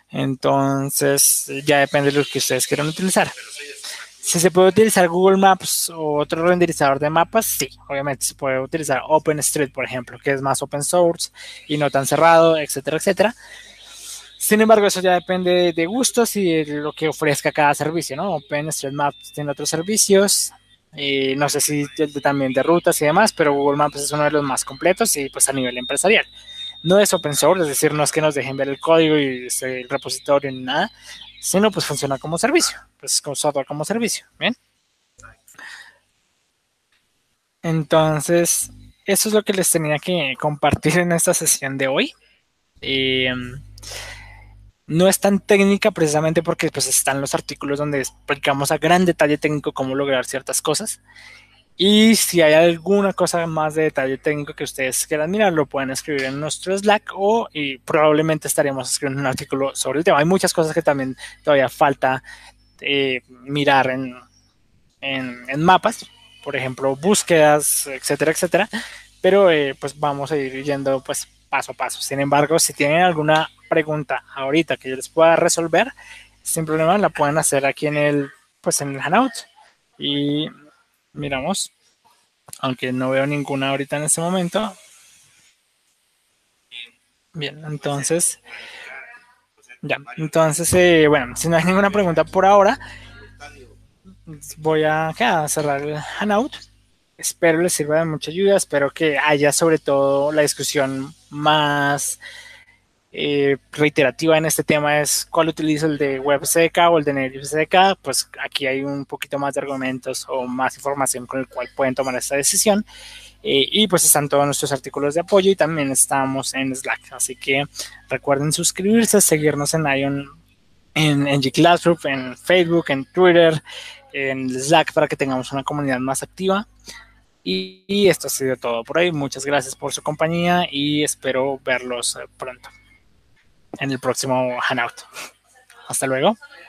Entonces ya depende de lo que ustedes quieran utilizar. Si se puede utilizar Google Maps o otro renderizador de mapas, sí, obviamente se puede utilizar OpenStreet, por ejemplo, que es más open source y no tan cerrado, etcétera, etcétera. Sin embargo, eso ya depende de gustos y de lo que ofrezca cada servicio, ¿no? OpenStreetMaps tiene otros servicios, no sé si también de rutas y demás, pero Google Maps es uno de los más completos y pues a nivel empresarial. No es open source, es decir, no es que nos dejen ver el código y el repositorio ni nada, sino pues funciona como servicio, pues como software como servicio, ¿bien? Entonces, eso es lo que les tenía que compartir en esta sesión de hoy. Eh, no es tan técnica precisamente porque pues están los artículos donde explicamos a gran detalle técnico cómo lograr ciertas cosas. Y si hay alguna cosa más de detalle técnico que ustedes quieran mirar, lo pueden escribir en nuestro Slack o y probablemente estaremos escribiendo un artículo sobre el tema. Hay muchas cosas que también todavía falta mirar en mapas, por ejemplo, búsquedas, etcétera, etcétera. Pero pues vamos a ir yendo pues paso a paso. Sin embargo, si tienen alguna pregunta ahorita que yo les pueda resolver, sin problema la pueden hacer aquí pues en el Hangout. Y miramos, aunque no veo ninguna ahorita en este momento. Bien, entonces, ya, entonces, bueno, si no hay ninguna pregunta por ahora, voy a cerrar el Hangout. Espero les sirva de mucha ayuda, espero que haya sobre todo la discusión más reiterativa en este tema es cuál utilizo, el de WebSDK o el de NetBSDK. Pues aquí hay un poquito más de argumentos o más información con el cual pueden tomar esta decisión. Y pues están todos nuestros artículos de apoyo y también estamos en Slack. Así que recuerden suscribirse, seguirnos en Ion, en G Classroom, en Facebook, en Twitter, en Slack para que tengamos una comunidad más activa. Y esto ha sido todo por hoy. Muchas gracias por su compañía y espero verlos pronto en el próximo Hangout. Hasta luego.